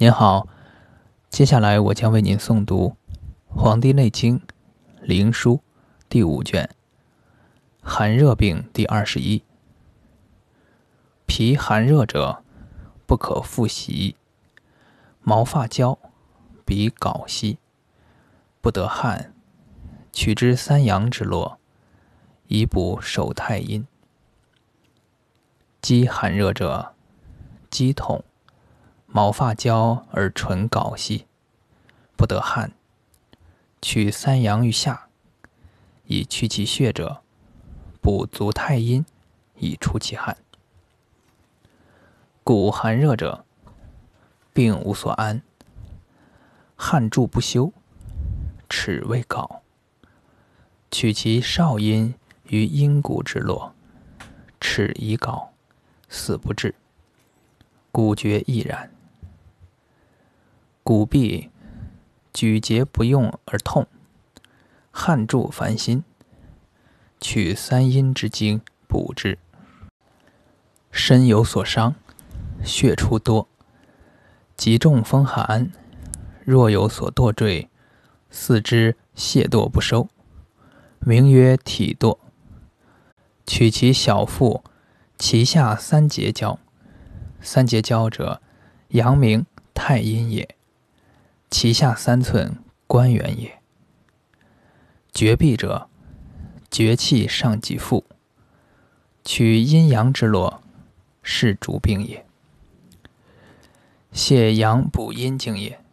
您好，接下来我将为您诵读《黄帝内经·灵枢》第5卷《寒热病》第21。脾寒热者，不可复习。毛发焦，比睾稀，不得汗，取之三阳之络，以补手太阴。肌寒热者，肌痛，毛发焦而唇睾稀，不得汗，取三阳于下，以去其血者，补足太阴，以出其汗。骨寒热者，病无所安，汗注不休，齿未槁，取其少阴于阴骨之络，齿已槁，死不治，骨绝亦然。骨痹，举节不用而痛，汗注烦心，取三阴之精补之。身有所伤，血出多，极中风寒，若有所堕坠，四肢懈惰不收，名曰体堕。取其小腹脐下三节交，三节交者，阳明太阴也，脐下3寸关元也。绝痹者，绝气上极腹，取阴阳之络，是主病也。泻阳补阴经也。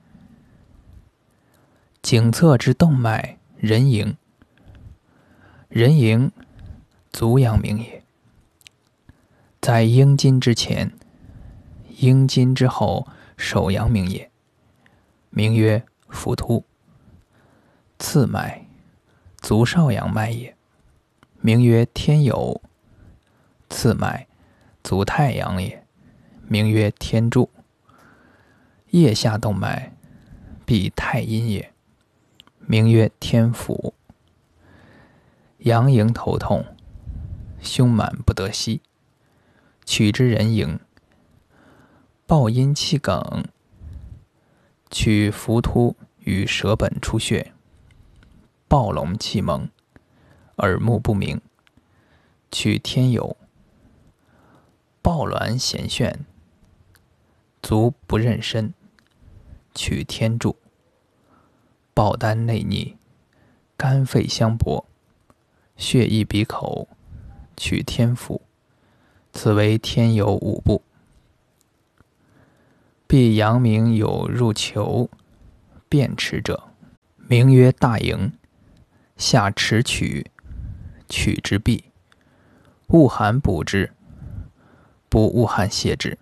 颈侧之动脉，人迎，人迎，足阳明也。在阴经之前，阴经之后，手阳明也，名曰浮突。次脉，足少阳脉也，名曰天有。次脉，足太阳也，名曰天柱。腋下动脉，必太阴也，名曰天府。阳迎头痛，胸满不得息，取之人迎。暴阴气梗，取浮突与舌本出血，暴聋气蒙，耳目不明，取天有。暴挛痫眩，足不任身，取天柱。暴丹内逆，肝肺相搏，血溢鼻口，取天府。此为天有5部。必阳明有入虬便池者，名曰大迎，下池取，取之必，恶寒补之，不恶寒泻之。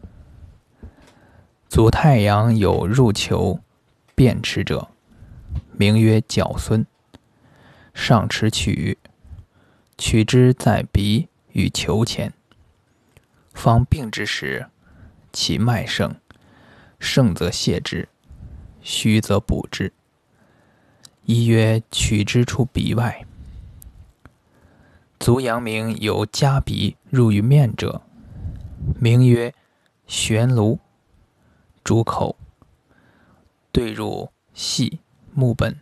足太阳有入虬便池者，名曰角孙，上池取，取之在鼻与虬前。方病之时，其脉盛，盛则泻之，虚则补之。一曰取之出鼻外。足阳明有夹鼻入于面者，名曰悬颅，主口，对入细木本。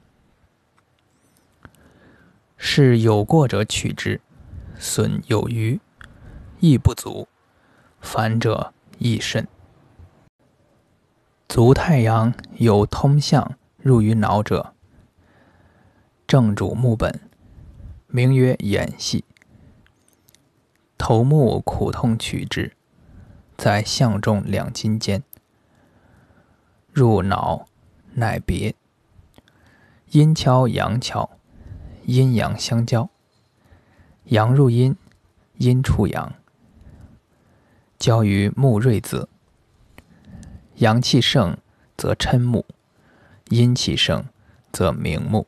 是有过者取之，损有余，益不足，烦者益甚。足太阳有通象入于脑者，正主木本，名曰眼系。头目苦痛取之，在项中2筋间。入脑，乃别。阴敲阳敲，阴阳相交，阳入阴，阴出阳，交于目锐子。阳气盛则嗔目，阴气盛则明目。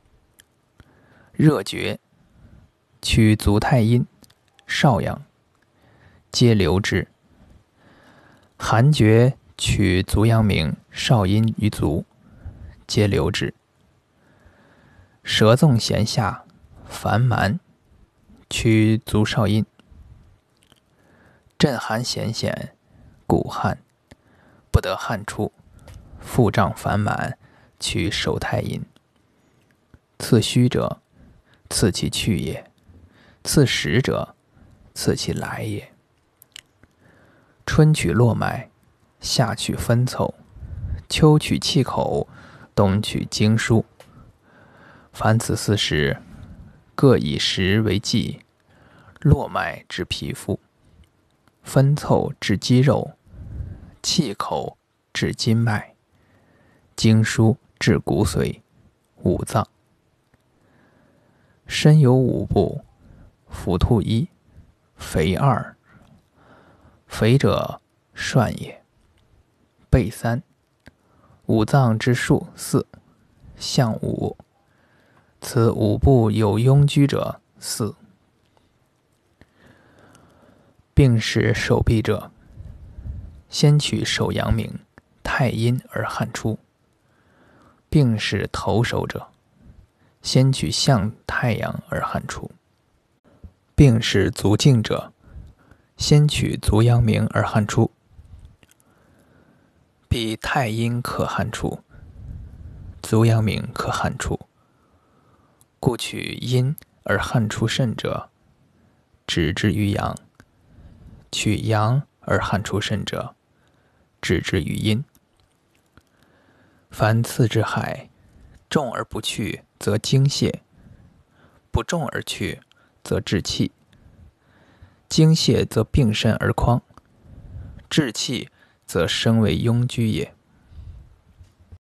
热厥，取足太阴、少阳，皆留之。寒厥，取足阳明、少阴于足，皆留之。舌纵弦下，烦蛮，取足少阴。震寒咸显，骨汗，不不得汗出，腹胀烦满，取手太阴。次虚者，次其去也；次实者，次其来也。春取络脉，夏取分凑，秋取气口，冬取经枢。凡此四时，各以时为纪。络脉治皮肤，分凑治肌肉，气口治筋脉，经枢治骨髓、五脏。身有五部，腹兔一，肥二。肥者涮也，背三，五脏之数四，象五。此五部有痈疽者四。病使手臂者，先取手阳明、太阴而汗出。病使头手者，先取向太阳而汗出。病使足胫者，先取足阳明而汗出。彼太阴可汗出，足阳明可汗出，故取阴而汗出甚者，止之于阳；取阳而汗出甚者，止之于阴。凡次之害，重而不去，则精泄；不重而去，则滞气。精泄则病甚而匡，滞气则生为痈疽也。